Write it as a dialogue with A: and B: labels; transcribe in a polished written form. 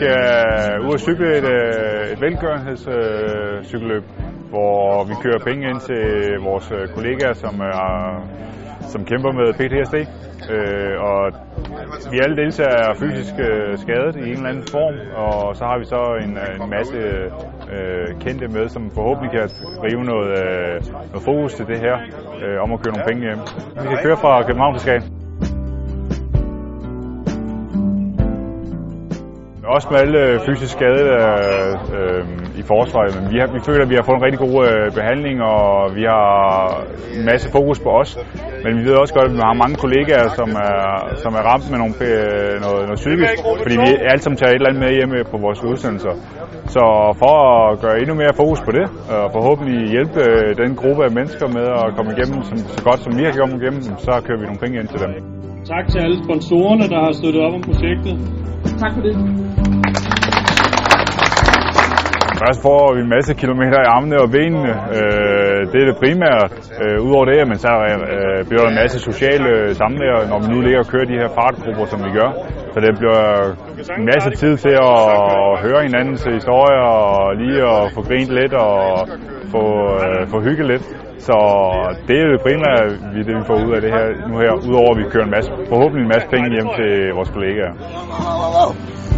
A: skal ud og cykle et velgørenhedscykelløb, hvor vi kører penge ind til vores kollegaer, som kæmper med PTSD. Og vi alle deltagere er fysisk skadet i en eller anden form, og så har vi så en masse kendte med, som forhåbentlig kan rive noget fokus til det her, om at køre nogle penge hjem. Vi kan køre fra København til Skagen. Også med alle fysisk skadede i forsvaret, men vi føler, at vi har fået en rigtig god behandling, og vi har en masse fokus på os. Men vi ved også godt, at vi har mange kollegaer, som er ramt med noget psykisk, fordi vi alle sammen tager et eller andet med hjemme på vores udsendelser. Så for at gøre endnu mere fokus på det, og forhåbentlig hjælpe den gruppe af mennesker med at komme igennem så godt som vi har kommet igennem, så kører vi nogle penge ind til dem.
B: Tak til alle sponsorerne, der har støttet op om projektet.
C: Tak for det.
A: Først får vi en masse kilometer i armene og benene. Det er det primære. Udover det, men så bliver der en masse sociale samvær, når vi nu ligger og kører de her fartgrupper, som vi gør. Så det bliver en masse tid til at høre hinandens historier og lige at få grint lidt og få hygget lidt. Så det er det primære, det vi får ud af det her nu her, udover at vi kører forhåbentlig en masse penge hjem til vores kollegaer.